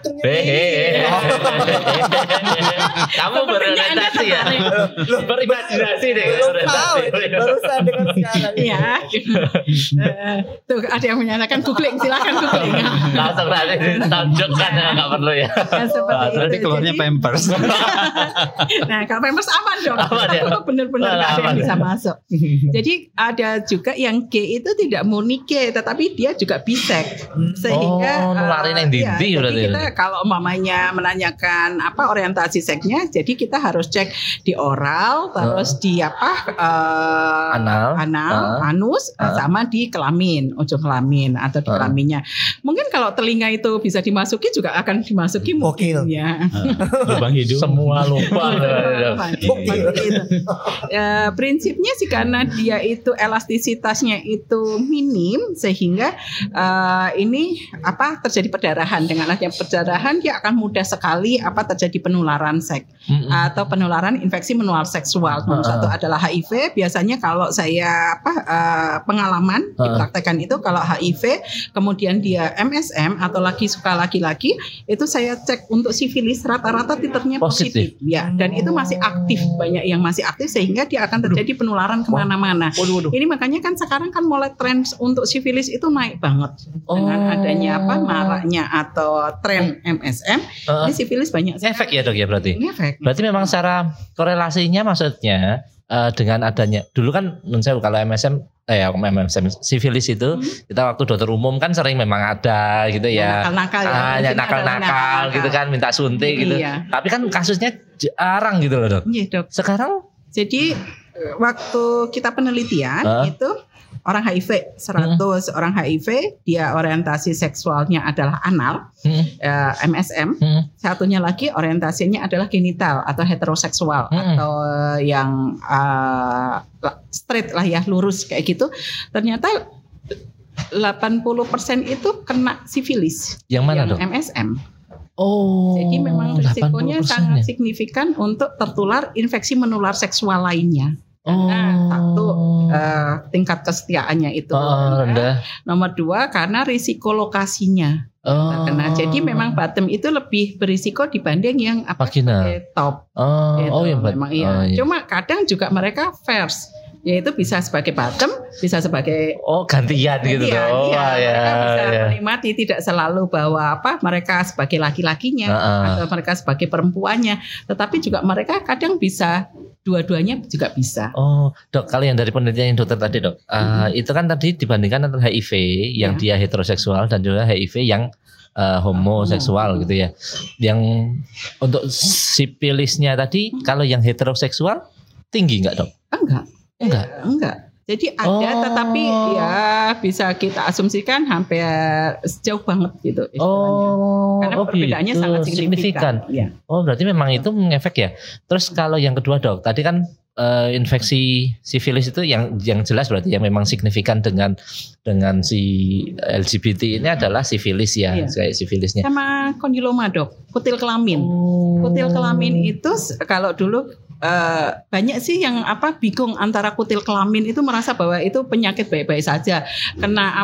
kamu berorientasi ya, berimajinasi deh. Baru saya dengar sekarang. Iya. Tuh ada yang menyatakan googling, silakan googling. Langsung nanti ditunjukkan ya, nggak perlu ya. Berarti keluarnya Pampers. Nah kalau Pampers aman dong, itu benar-benar nggak ada yang bisa masuk. Jadi ada juga yang G itu tidak murni G, tetapi dia juga bisek, sehingga nularin yang dindi berarti. Kita kalau umpamanya menanyakan orientasi seksnya, jadi kita harus cek di oral, terus di anus, sama di kelamin, ujung kelamin atau di kelaminnya. Mungkin kalau telinga itu bisa dimasuki juga akan dimasuki mungkin ya. Lubang hidung. Semua lubang. Prinsipnya sih karena dia itu elastisitasnya itu minim sehingga ini terjadi perdarahan. Dengan adanya perdarahan dia akan mudah sekali terjadi penularan seks atau penularan infeksi menular seksual. Nomor satu adalah HIV. Biasanya kalau saya pengalaman dipraktekkan itu kalau HIV kemudian dia MSM atau lagi suka laki-laki itu saya cek untuk sifilis rata-rata titernya positif. Ya, dan itu masih aktif, banyak yang masih aktif sehingga dia akan terjadi penularan kemana-mana. Ini makanya kan sekarang kan mulai tren untuk sifilis itu naik banget dengan adanya maraknya atau tren MSM. Ini sifilis banyak. Efek ya dok ya berarti. Efek. Berarti memang secara korelasinya maksudnya dengan adanya dulu kan menurut kalau MSM sifilis itu kita waktu dokter umum kan sering memang ada gitu ya. Nakal-nakal gitu kan minta suntik gitu. Tapi kan kasusnya jarang gitu loh dok. Iya dok. Sekarang jadi waktu kita penelitian itu orang HIV 100 orang HIV dia orientasi seksualnya adalah anal MSM, satunya lagi orientasinya adalah genital atau heteroseksual atau yang straight lah ya, lurus kayak gitu. Ternyata 80% itu kena sifilis. Yang mana dok? MSM. Jadi memang risikonya sangat signifikan untuk tertular infeksi menular seksual lainnya. Karena satu tingkat kesetiaannya itu rendah. Nomor 2 karena risiko lokasinya terkena. Jadi memang bottom itu lebih berisiko dibanding yang top. Memang iya. Cuma kadang juga mereka first, yaitu bisa sebagai bottom, bisa sebagai gantian gitu. Mereka bisa menikmati, tidak selalu bahwa mereka sebagai laki-lakinya atau mereka sebagai perempuannya, tetapi juga mereka kadang bisa dua-duanya juga bisa. Dok, kalau yang dari penelitian yang dokter tadi dok, itu kan tadi dibandingkan antara HIV yang dia heteroseksual dan juga HIV yang homoseksual gitu ya. Yang untuk sifilisnya tadi kalau yang heteroseksual tinggi nggak dok? Enggak. Jadi ada tetapi ya bisa kita asumsikan hampir jauh banget gitu istilahnya. Karena perbedaannya sangat signifikan. Ya. Berarti memang itu mengefek ya. Terus kalau yang kedua dok, tadi kan infeksi sifilis itu yang jelas berarti yang memang signifikan dengan si LGBT ini adalah sifilis ya, kayak sifilisnya. Sama kondiloma dok, kutil kelamin. Kutil kelamin itu kalau dulu banyak sih yang bingung antara kutil kelamin itu merasa bahwa itu penyakit baik-baik saja, kena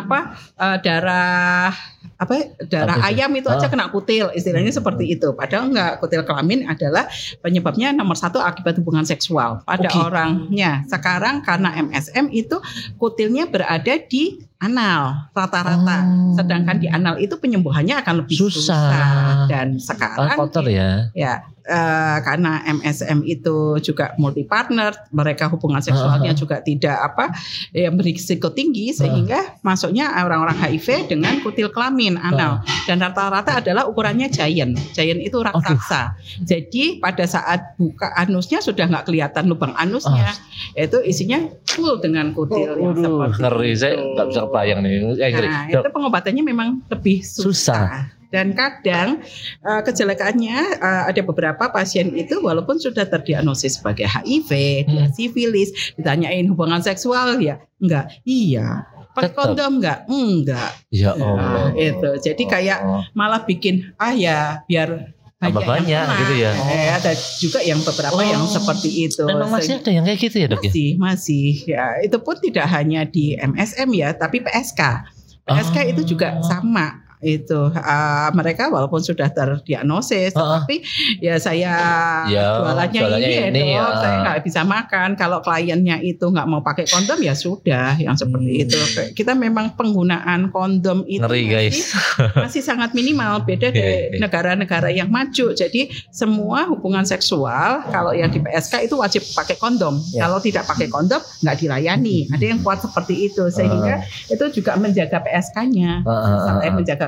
darah ayam itu aja kena kutil, istilahnya seperti itu. Padahal enggak, kutil kelamin adalah penyebabnya nomor 1 akibat hubungan seksual pada orangnya. Sekarang karena MSM itu kutilnya berada di anal rata-rata, sedangkan di anal itu penyembuhannya akan lebih susah. Dan sekarang kotor ya. Karena MSM itu juga multi partner, mereka hubungan seksualnya juga tidak berisiko tinggi, sehingga masuknya orang-orang HIV dengan kutil kelamin anal, dan rata-rata adalah ukurannya giant itu raksasa. Jadi pada saat buka anusnya sudah nggak kelihatan lubang anusnya, itu isinya full dengan kutil yang seperti ngeri, saya nggak bisa kebayang nih. Itu pengobatannya memang lebih susah. Dan kadang kejelekannya ada beberapa pasien itu walaupun sudah terdiagnosis sebagai HIV, dia sifilis, ditanyain hubungan seksual ya enggak, iya. Pakai kondom enggak? Ya Allah. Itu. Jadi kayak malah bikin biar banyak gitu ya. Ada juga yang beberapa yang seperti itu. Memang masih ada yang kayak gitu ya dok? Masih. Ya, itu pun tidak hanya di MSM ya, tapi PSK. PSK itu juga sama. Itu mereka walaupun sudah terdiagnosis, tapi ya saya jualannya ini saya nggak bisa makan. Kalau kliennya itu nggak mau pakai kondom ya sudah, yang seperti itu. Kita memang penggunaan kondom itu masih sangat minimal, beda dari negara-negara yang maju. Jadi semua hubungan seksual kalau yang di PSK itu wajib pakai kondom. Kalau tidak pakai kondom nggak dilayani. Ada yang kuat seperti itu, sehingga itu juga menjaga PSK-nya, menjaga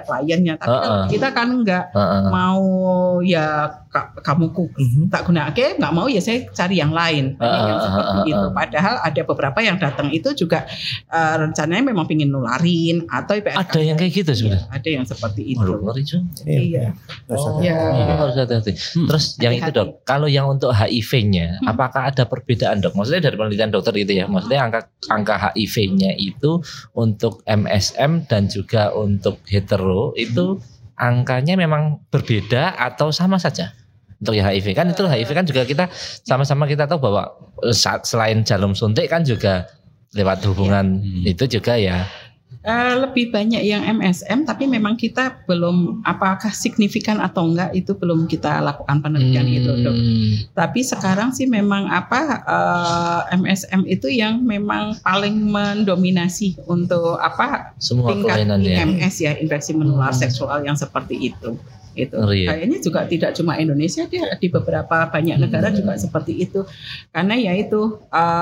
kliennya. Tapi kalau kita kan enggak mau ya kamu tak gunakan, nggak mau ya saya cari yang lain. Yang seperti itu. Padahal ada beberapa yang datang itu juga rencananya memang pingin nularin atau ada yang kayak gitu sebenarnya. Ada yang seperti itu. Iya. Harus hati-hati. Terus yang itu dok, kalau yang untuk HIV-nya, apakah ada perbedaan dok? Maksudnya dari penelitian dokter gitu ya, maksudnya angka HIV-nya itu untuk MSM dan juga untuk hetero itu angkanya memang berbeda atau sama saja? Untuk HIV kan itu HIV kan juga kita sama-sama kita tahu bahwa selain jarum suntik kan juga lewat hubungan itu juga ya. Lebih banyak yang MSM, tapi memang kita belum apakah signifikan atau enggak itu belum kita lakukan penelitian itu dok. Tapi sekarang sih memang MSM itu yang memang paling mendominasi untuk semua tingkat IMS ya, infeksi menular seksual yang seperti itu. Kayaknya juga tidak cuma Indonesia, dia di beberapa banyak negara juga seperti itu, karena ya itu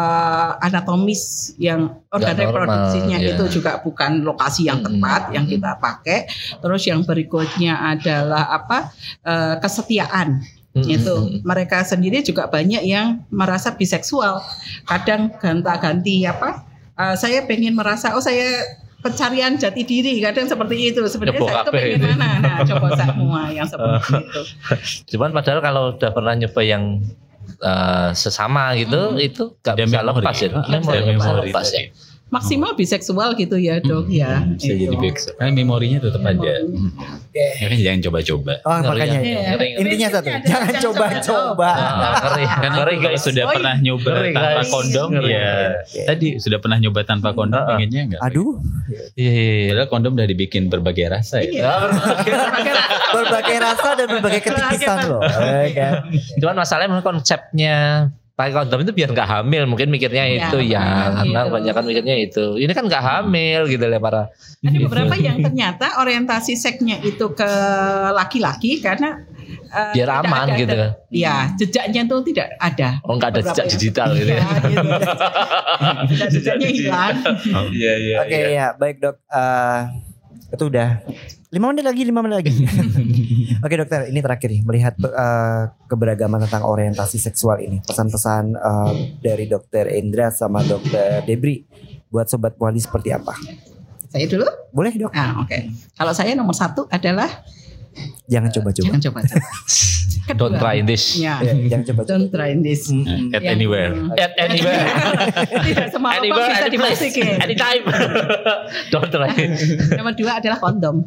anatomis yang organ reproduksinya itu juga bukan lokasi yang tepat yang kita pakai. Terus yang berikutnya adalah kesetiaan. Itu mereka sendiri juga banyak yang merasa biseksual, kadang ganti saya pengen merasa saya pencarian jati diri, kadang seperti itu. Sebenarnya saya itu pengen mana? Nah, coba semua yang seperti itu. Cuman padahal kalau udah pernah nyoba yang sesama gitu, itu gak bisa lepas ya. Lepas ya. Maksimal biseksual gitu ya dok ya. Bisa jadi biseksual. Karena memorinya tetap ada. Makanya jangan coba-coba. Makanya intinya satu, jangan coba-coba. Karena kalau sudah pernah nyoba tanpa kondom, ya tadi sudah pernah nyoba tanpa kondom, pengennya enggak? Aduh. Padahal kondom udah dibikin berbagai rasa ya. Berbagai rasa dan berbagai ketipisan loh. Cuman masalahnya konsepnya pakai kondom itu biar nggak hamil, mungkin mikirnya itu ya, karena kebanyakan mikirnya itu. Ini kan nggak hamil gitu ya para. Ada beberapa yang ternyata orientasi seksnya itu ke laki-laki karena biar aman gitu. Ya, jejaknya tuh tidak ada. Oh, nggak ada jejak digital gitu ya. Jejaknya hilang. Oke ya, baik dok. Itu udah 5 menit lagi. Oke dokter, ini terakhir nih, melihat keberagaman tentang orientasi seksual ini, pesan-pesan dari dokter Endra sama dokter Debri buat sobat Muhalli seperti apa? Saya dulu? Boleh dok. Oke. Kalau saya nomor 1 adalah jangan coba-coba. Don't try this. Jangan coba-coba. Don't try this. At anywhere. Tidak semua orang bisa dimasukin. Anytime. Don't try. Nomor 2 adalah kondom.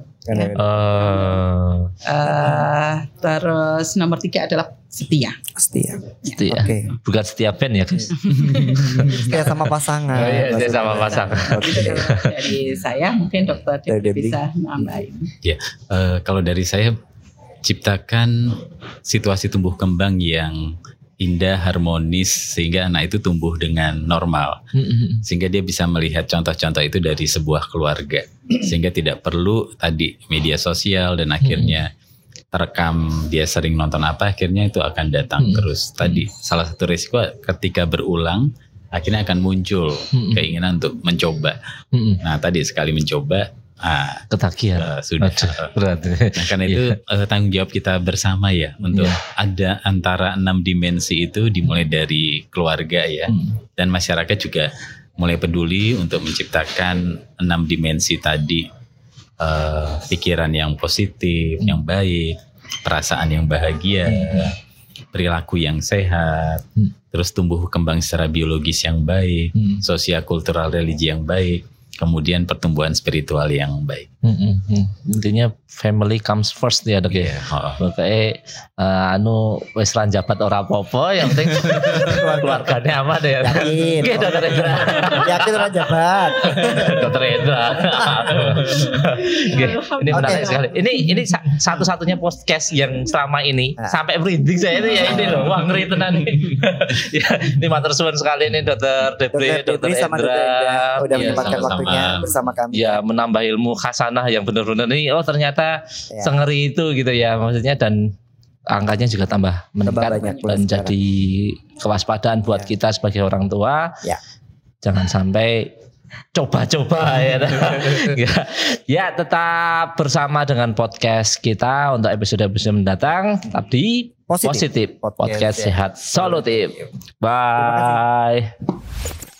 Terus nomor 3 adalah setia. Oke. Bukan setia band ya guys. Setia sama pasangan. Setia sama pasangan. Dari saya mungkin dokter bisa nambahin. Ya, kalau dari saya, ciptakan situasi tumbuh kembang yang indah, harmonis, sehingga anak itu tumbuh dengan normal, sehingga dia bisa melihat contoh-contoh itu dari sebuah keluarga, sehingga tidak perlu tadi media sosial dan akhirnya terekam dia sering nonton apa, akhirnya itu akan datang terus. Tadi salah satu risiko ketika berulang akhirnya akan muncul keinginan untuk mencoba. Nah tadi sekali mencoba ketagihan sudah berat. Nah, karena itu tanggung jawab kita bersama ya untuk ada antara 6 dimensi itu, dimulai dari keluarga ya, dan masyarakat juga mulai peduli untuk menciptakan 6 dimensi tadi, pikiran yang positif, yang baik, perasaan yang bahagia, perilaku yang sehat, terus tumbuh kembang secara biologis yang baik, sosial kultural religi yang baik, kemudian pertumbuhan spiritual yang baik. Intinya family comes first ya dok ya. Pokoknya wis lan jabat ora apa-apa, yang penting keluarganya aman ya. Yakin. Oke dokter Endra. Yakin ora jabat. Dokter Endra. Ini menarik sekali. Ini satu-satunya podcast yang selama ini sampai merinding saya itu ya ini loh. Wah ngeri tenan nih. Ya, ini matur suwun sekali nih dokter Debri, dokter Endra. Udah menyempatkan waktunya bersama kami. Ya menambah ilmu khasanah yang benar-benar ini ternyata sengeri itu gitu ya maksudnya, dan angkanya juga tambah meningkat dan jadi kewaspadaan buat kita sebagai orang tua. Jangan sampai coba-coba ya. Ya, tetap bersama dengan podcast kita untuk episode-episode mendatang. Tetap di Positif. Podcast Sehat Solutif. Bye.